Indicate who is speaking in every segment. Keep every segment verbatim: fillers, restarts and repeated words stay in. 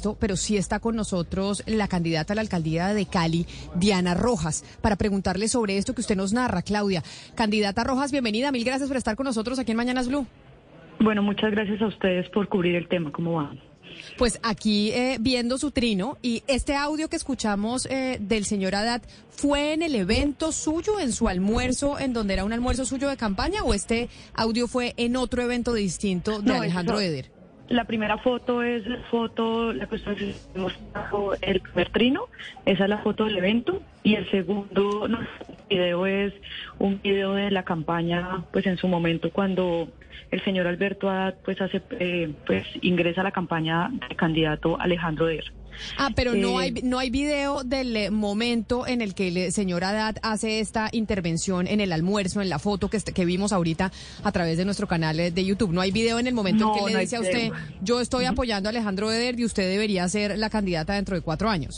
Speaker 1: esto, pero sí está con nosotros la candidata a la alcaldía de Cali, Diana Rojas, para preguntarle sobre esto que usted nos narra, Claudia. Candidata Rojas, bienvenida, mil gracias por estar con nosotros aquí en Mañanas Blue.
Speaker 2: Bueno, muchas gracias a ustedes por cubrir el tema. ¿Cómo va?
Speaker 1: Pues aquí eh, viendo su trino, y este audio que escuchamos eh, del señor Haddad, ¿fue en el evento suyo, en su almuerzo, en donde era un almuerzo suyo de campaña, o este audio fue en otro evento distinto de
Speaker 2: no,
Speaker 1: Alejandro
Speaker 2: eso,
Speaker 1: Eder?
Speaker 2: La primera foto es la foto, la que ustedes mostró, el primer trino, esa es la foto del evento, y el segundo no, el video es un video de la campaña, pues en su momento cuando el señor Alberto Haddad pues hace, eh, pues ingresa a la campaña del candidato Alejandro Eder.
Speaker 1: Ah, pero
Speaker 2: eh,
Speaker 1: no hay no hay video del eh, momento en el que el señor Haddad hace esta intervención en el almuerzo, en la foto que, que vimos ahorita a través de nuestro canal de YouTube. No hay video en el momento
Speaker 2: no,
Speaker 1: en que le
Speaker 2: no
Speaker 1: dice a usted, yo estoy uh-huh. apoyando a Alejandro Eder y usted debería ser la candidata dentro de cuatro años.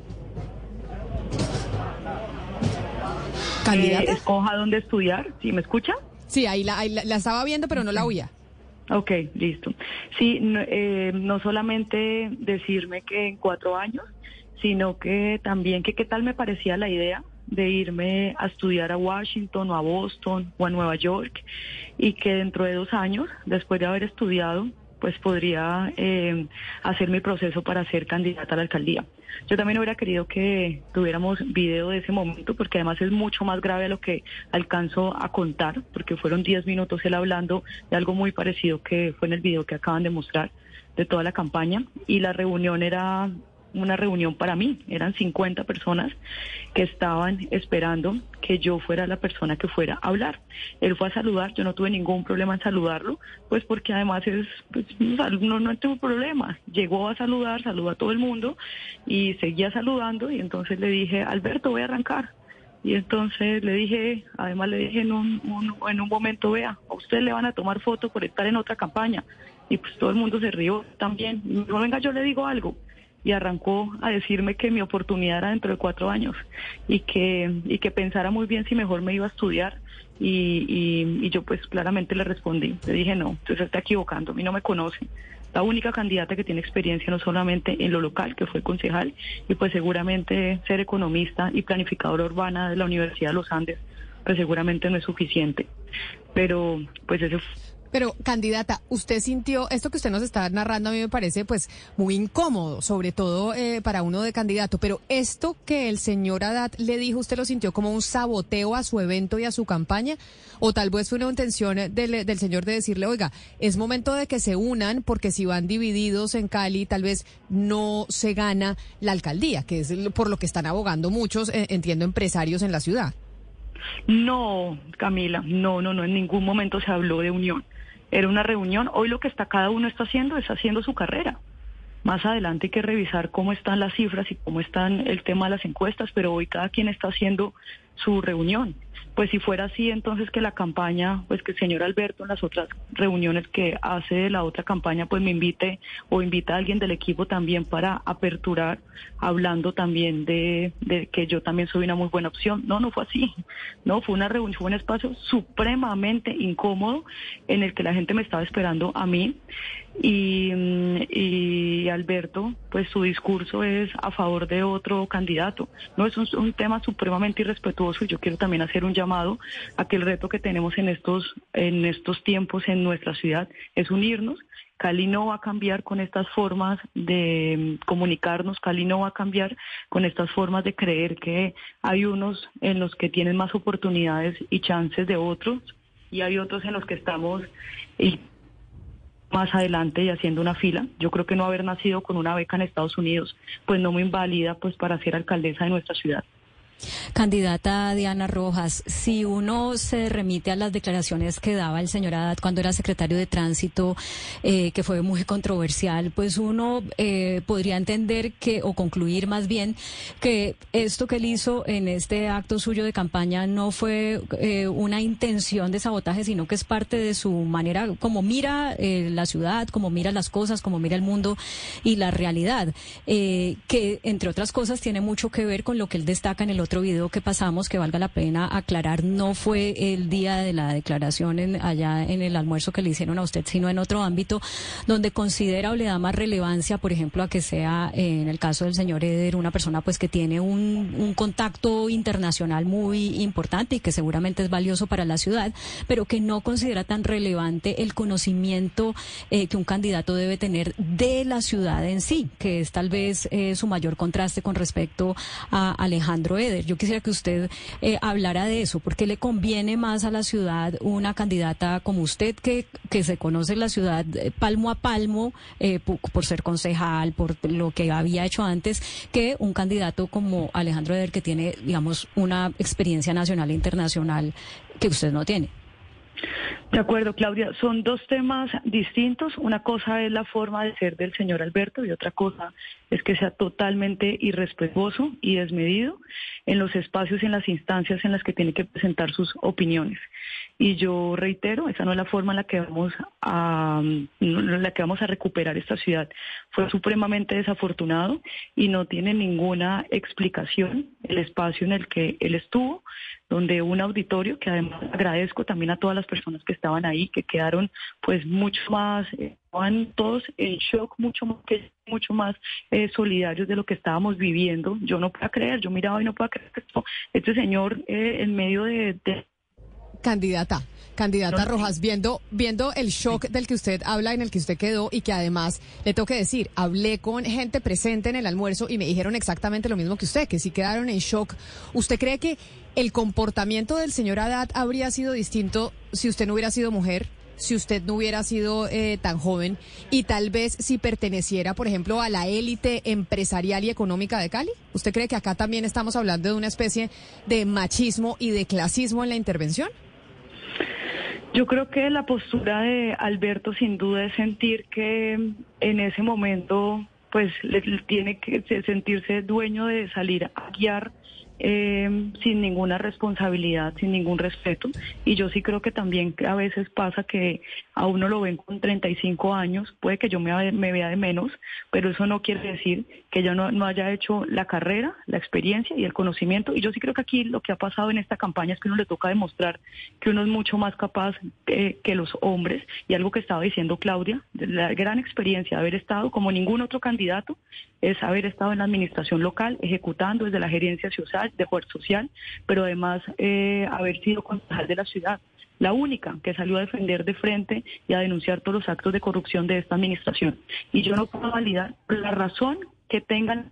Speaker 1: ¿Candidata?
Speaker 2: Eh, escoja dónde estudiar, ¿sí me escucha?
Speaker 1: Sí, ahí la, ahí la, la estaba viendo, pero no la oía.
Speaker 2: Ok, listo. Sí, no, eh, no solamente decirme que en cuatro años, sino que también que qué tal me parecía la idea de irme a estudiar a Washington o a Boston o a Nueva York, y que dentro de dos años, después de haber estudiado, pues podría eh, hacer mi proceso para ser candidata a la alcaldía. Yo también hubiera querido que tuviéramos video de ese momento, porque además es mucho más grave a lo que alcanzo a contar, porque fueron diez minutos él hablando de algo muy parecido que fue en el video que acaban de mostrar de toda la campaña, y la reunión era una reunión para mí, eran cincuenta personas que estaban esperando que yo fuera la persona que fuera a hablar. Él fue a saludar, yo no tuve ningún problema en saludarlo, pues porque además es, pues, no, no tengo problema. Llegó a saludar, saludó a todo el mundo y seguía saludando, y entonces le dije, Alberto, voy a arrancar. Y entonces le dije, además le dije en un, un, en un momento, vea, a usted le van a tomar foto por estar en otra campaña. Y pues todo el mundo se rió también. Y me dijo, venga, yo le digo algo. Y arrancó a decirme que mi oportunidad era dentro de cuatro años y que y que pensara muy bien si mejor me iba a estudiar, y, y, y yo pues claramente le respondí, le dije no, usted se está equivocando, a mí no me conoce. La única candidata que tiene experiencia no solamente en lo local, que fue concejal, y pues seguramente ser economista y planificadora urbana de la Universidad de los Andes, pues seguramente no es suficiente. Pero pues ese fue...
Speaker 1: Pero, candidata, usted sintió, esto que usted nos está narrando a mí me parece pues muy incómodo, sobre todo eh, para uno de candidato, pero esto que el señor Haddad le dijo, ¿usted lo sintió como un saboteo a su evento y a su campaña? ¿O tal vez fue una intención del, del señor de decirle, oiga, es momento de que se unan, porque si van divididos en Cali, tal vez no se gana la alcaldía, que es por lo que están abogando muchos, eh, entiendo, empresarios en la ciudad?
Speaker 2: No, Camila, no, no, no, en ningún momento se habló de unión. Era una reunión. Hoy lo que está cada uno está haciendo es haciendo su carrera. Más adelante hay que revisar cómo están las cifras y cómo están el tema de las encuestas, pero hoy cada quien está haciendo su reunión. Pues si fuera así, entonces que la campaña, pues que el señor Alberto en las otras reuniones que hace de la otra campaña, pues me invite o invita a alguien del equipo también para aperturar, hablando también de, de que yo también soy una muy buena opción. No, no fue así. No, fue una reunión, fue un espacio supremamente incómodo en el que la gente me estaba esperando a mí. Y, y Alberto, pues su discurso es a favor de otro candidato. No, es un, un tema supremamente irrespetuoso, y yo quiero también hacer un llamado a que el reto que tenemos en estos, en estos tiempos en nuestra ciudad es unirnos. Cali no va a cambiar con estas formas de comunicarnos, Cali no va a cambiar con estas formas de creer que hay unos en los que tienen más oportunidades y chances de otros, y hay otros en los que estamos y más adelante y haciendo una fila. Yo creo que no haber nacido con una beca en Estados Unidos pues no me invalida pues para ser alcaldesa de nuestra ciudad.
Speaker 3: Candidata Diana Rojas, si uno se remite a las declaraciones que daba el señor Haddad cuando era secretario de Tránsito, eh, que fue muy controversial, pues uno eh, podría entender que, o concluir más bien, que esto que él hizo en este acto suyo de campaña no fue eh, una intención de sabotaje, sino que es parte de su manera, como mira eh, la ciudad, como mira las cosas, como mira el mundo y la realidad, eh, que entre otras cosas tiene mucho que ver con lo que él destaca en el otro video que pasamos, que valga la pena aclarar, no fue el día de la declaración en, allá en el almuerzo que le hicieron a usted, sino en otro ámbito donde considera o le da más relevancia, por ejemplo, a que sea, eh, en el caso del señor Eder, una persona pues que tiene un, un contacto internacional muy importante y que seguramente es valioso para la ciudad, pero que no considera tan relevante el conocimiento eh, que un candidato debe tener de la ciudad en sí, que es tal vez eh, su mayor contraste con respecto a Alejandro Eder. Yo quisiera que usted eh, hablara de eso, porque le conviene más a la ciudad una candidata como usted, que, que se conoce la ciudad eh, palmo a palmo, eh, por, por ser concejal, por lo que había hecho antes, que un candidato como Alejandro Eder, que tiene, digamos, una experiencia nacional e internacional que usted no tiene.
Speaker 2: De acuerdo, Claudia. Son dos temas distintos. Una cosa es la forma de ser del señor Alberto y otra cosa es que sea totalmente irrespetuoso y desmedido en los espacios y en las instancias en las que tiene que presentar sus opiniones. Y yo reitero, esa no es la forma en la que vamos a, en la que vamos a recuperar esta ciudad. Fue supremamente desafortunado y no tiene ninguna explicación el espacio en el que él estuvo, donde un auditorio, que además agradezco también a todas las personas que estaban ahí, que quedaron pues mucho más, eh, estaban todos en shock, mucho más, que, mucho más eh, solidarios de lo que estábamos viviendo. Yo no puedo creer, yo miraba y no puedo creer que esto, este señor eh, en medio de... de
Speaker 1: Candidata, candidata Rojas, viendo, viendo el shock del que usted habla, en el que usted quedó, y que además, le tengo que decir, hablé con gente presente en el almuerzo y me dijeron exactamente lo mismo que usted, que sí quedaron en shock. ¿Usted cree que el comportamiento del señor Haddad habría sido distinto si usted no hubiera sido mujer, si usted no hubiera sido eh, tan joven, y tal vez si perteneciera, por ejemplo, a la élite empresarial y económica de Cali? ¿Usted cree que acá también estamos hablando de una especie de machismo y de clasismo en la intervención?
Speaker 2: Yo creo que la postura de Alberto sin duda es sentir que en ese momento pues le, le tiene que sentirse dueño de salir a guiar eh, sin ninguna responsabilidad, sin ningún respeto. Y yo sí creo que también a veces pasa que a uno lo ven con treinta y cinco años, puede que yo me, me vea de menos, pero eso no quiere decir que yo no, no haya hecho la carrera, la experiencia y el conocimiento. Y yo sí creo que aquí lo que ha pasado en esta campaña es que uno le toca demostrar que uno es mucho más capaz eh, que los hombres. Y algo que estaba diciendo Claudia, la gran experiencia de haber estado como ningún otro candidato es haber estado en la administración local, ejecutando desde la gerencia social, de fuerza social, pero además eh, haber sido concejal de la ciudad. La única que salió a defender de frente y a denunciar todos los actos de corrupción de esta administración. Y yo no puedo validar la razón que tengan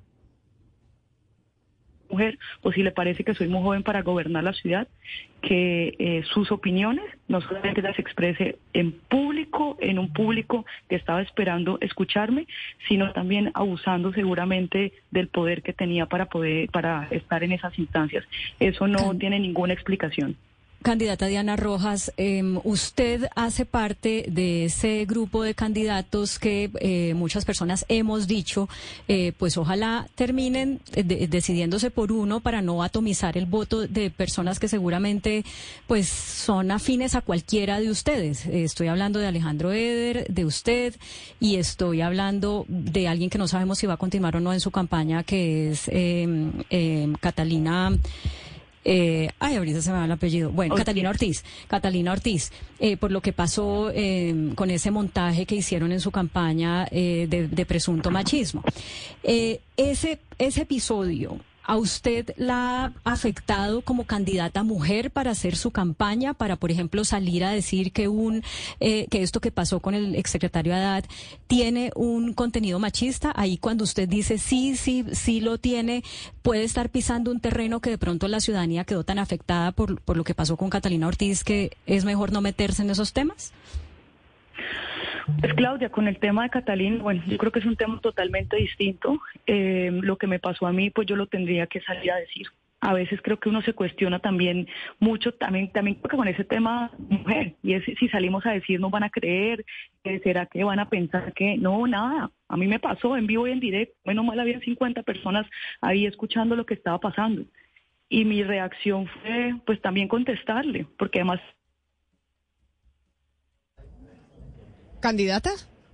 Speaker 2: mujer, o si le parece que soy muy joven para gobernar la ciudad, que eh, sus opiniones no solamente las exprese en público, en un público que estaba esperando escucharme, sino también abusando seguramente del poder que tenía para poder, para estar en esas instancias. Eso no tiene ninguna explicación.
Speaker 3: Candidata Diana Rojas, eh, usted hace parte de ese grupo de candidatos que eh, muchas personas hemos dicho, eh, pues ojalá terminen de, decidiéndose por uno para no atomizar el voto de personas que seguramente pues son afines a cualquiera de ustedes. Eh, estoy hablando de Alejandro Eder, de usted, y estoy hablando de alguien que no sabemos si va a continuar o no en su campaña, que es eh, eh, Catalina... Eh, ay, ahorita se me va el apellido. Bueno, Ortiz. Catalina Ortiz. Catalina Ortiz, eh, por lo que pasó eh, con ese montaje que hicieron en su campaña eh, de, de presunto machismo. Eh, ese, ese episodio, ¿a usted la ha afectado como candidata mujer para hacer su campaña, para, por ejemplo, salir a decir que un eh, que esto que pasó con el exsecretario Haddad tiene un contenido machista? Ahí cuando usted dice sí, sí, sí lo tiene, puede estar pisando un terreno que de pronto la ciudadanía quedó tan afectada por, por lo que pasó con Catalina Ortiz que es mejor no meterse en esos temas.
Speaker 2: Pues Claudia, con el tema de Catalina, bueno, yo creo que es un tema totalmente distinto. Eh, lo que me pasó a mí, pues yo lo tendría que salir a decir. A veces creo que uno se cuestiona también mucho, también también porque con ese tema mujer, y es si salimos a decir nos van a creer, eh, será que van a pensar que no, nada. A mí me pasó en vivo y en directo, menos mal había cincuenta personas ahí escuchando lo que estaba pasando. Y mi reacción fue pues también contestarle, porque además...
Speaker 1: ¿Candidata?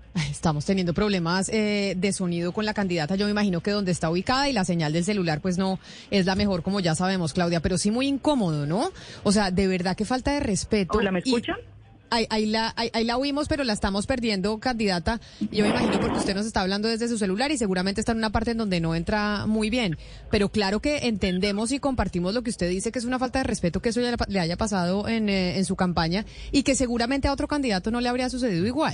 Speaker 1: Estamos teniendo problemas eh, de sonido con la candidata. Yo me imagino que donde está ubicada y la señal del celular pues no es la mejor, como ya sabemos, Claudia, pero sí muy incómodo, ¿no? O sea, de verdad que falta de respeto.
Speaker 2: Hola, ¿me escuchan?
Speaker 1: Ahí, ahí, la, ahí, ahí la oímos, pero la estamos perdiendo, candidata. Yo me imagino porque usted nos está hablando desde su celular y seguramente está en una parte en donde no entra muy bien. Pero claro que entendemos y compartimos lo que usted dice, que es una falta de respeto que eso ya le haya pasado en, eh, en su campaña y que seguramente a otro candidato no le habría sucedido igual.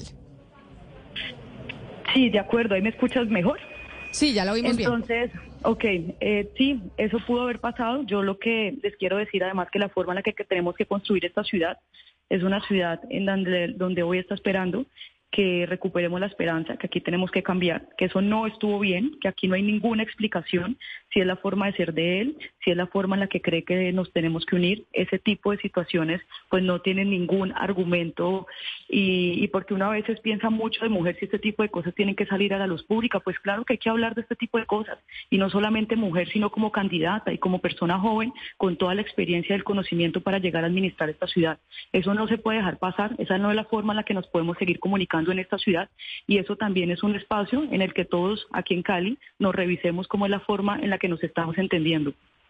Speaker 2: Sí, de acuerdo. ¿Ahí me escuchas mejor?
Speaker 1: Sí, ya la oímos bien.
Speaker 2: Entonces, ok, eh, sí, eso pudo haber pasado. Yo lo que les quiero decir, además, que la forma en la que, que tenemos que construir esta ciudad es una ciudad en donde, donde hoy está esperando que recuperemos la esperanza, que aquí tenemos que cambiar, que eso no estuvo bien, que aquí no hay ninguna explicación, si es la forma de ser de él, si es la forma en la que cree que nos tenemos que unir. Ese tipo de situaciones pues no tienen ningún argumento y, y porque una a veces piensa mucho de mujer si este tipo de cosas tienen que salir a la luz pública. Pues claro que hay que hablar de este tipo de cosas y no solamente mujer, sino como candidata y como persona joven con toda la experiencia y el conocimiento para llegar a administrar esta ciudad. Eso no se puede dejar pasar, esa no es la forma en la que nos podemos seguir comunicando en esta ciudad y eso también es un espacio en el que todos aquí en Cali nos revisemos cómo es la forma en la que nos estamos entendiendo.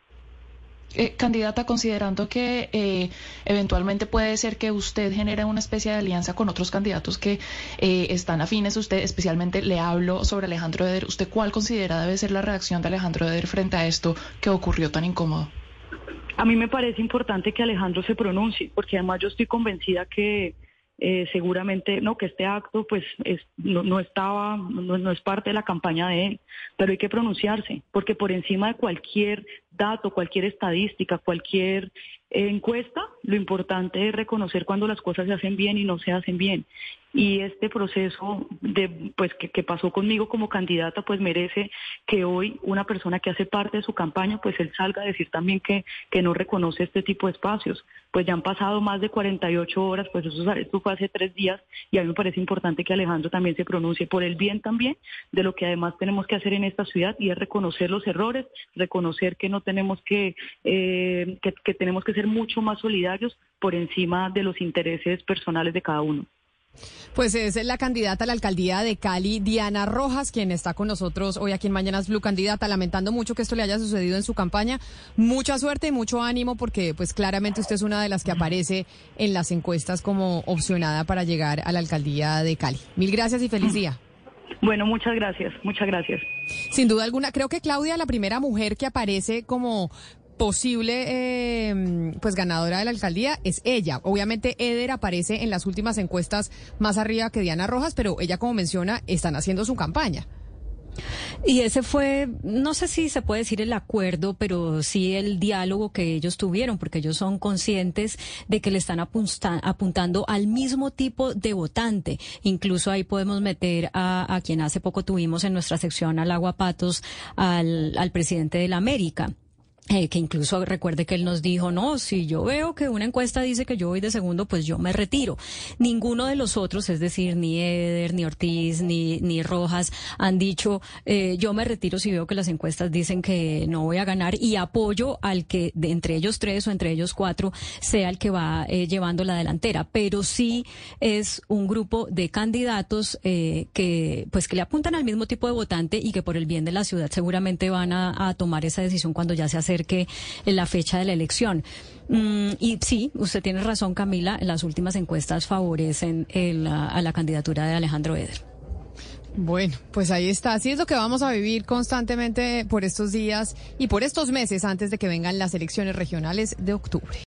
Speaker 4: Eh, candidata, considerando que eh, eventualmente puede ser que usted genere una especie de alianza con otros candidatos que eh, están afines a usted, especialmente le hablo sobre Alejandro Eder, ¿usted cuál considera debe ser la reacción de Alejandro Eder frente a esto que ocurrió tan incómodo?
Speaker 2: A mí me parece importante que Alejandro se pronuncie, porque además yo estoy convencida que Eh, seguramente no, que este acto pues es, no, no estaba, no, no es parte de la campaña de él, pero hay que pronunciarse, porque por encima de cualquier dato, cualquier estadística, cualquier eh, encuesta, lo importante es reconocer cuando las cosas se hacen bien y no se hacen bien. Y este proceso de pues que, que pasó conmigo como candidata pues merece que hoy una persona que hace parte de su campaña pues él salga a decir también que, que no reconoce este tipo de espacios. Pues ya han pasado más de cuarenta y ocho horas, pues eso, esto fue hace tres días y a mí me parece importante que Alejandro también se pronuncie por el bien también de lo que además tenemos que hacer en esta ciudad y es reconocer los errores, reconocer que no tenemos que, eh, que, que tenemos que ser mucho más solidarios por encima de los intereses personales de cada uno.
Speaker 1: Pues es la candidata a la alcaldía de Cali, Diana Rojas, quien está con nosotros hoy aquí en Mañanas Blue. Candidata, lamentando mucho que esto le haya sucedido en su campaña. Mucha suerte y mucho ánimo porque pues claramente usted es una de las que aparece en las encuestas como opcionada para llegar a la alcaldía de Cali. Mil gracias y feliz día.
Speaker 2: Bueno, muchas gracias, muchas gracias.
Speaker 1: Sin duda alguna, creo que Claudia, la primera mujer que aparece como posible eh, pues ganadora de la alcaldía es ella. Obviamente Eder aparece en las últimas encuestas más arriba que Diana Rojas, pero ella, como menciona, están haciendo su campaña.
Speaker 3: Y ese fue, no sé si se puede decir el acuerdo, pero sí el diálogo que ellos tuvieron, porque ellos son conscientes de que le están apunta, apuntando al mismo tipo de votante. Incluso ahí podemos meter a, a quien hace poco tuvimos en nuestra sección al Aguapatos, al, al presidente de la América. Eh, que incluso recuerde que él nos dijo, no, si yo veo que una encuesta dice que yo voy de segundo, pues yo me retiro. Ninguno de los otros, es decir, ni Eder, ni Ortiz, ni, ni Rojas, han dicho, eh, yo me retiro si veo que las encuestas dicen que no voy a ganar y apoyo al que de entre ellos tres o entre ellos cuatro sea el que va eh, llevando la delantera. Pero sí es un grupo de candidatos eh, que, pues que le apuntan al mismo tipo de votante y que por el bien de la ciudad seguramente van a, a tomar esa decisión cuando ya se acerque la fecha de la elección. Mm, y sí, usted tiene razón, Camila, las últimas encuestas favorecen el, a, a la candidatura de Alejandro Eder.
Speaker 1: Bueno, pues ahí está. Así es lo que vamos a vivir constantemente por estos días y por estos meses antes de que vengan las elecciones regionales de octubre.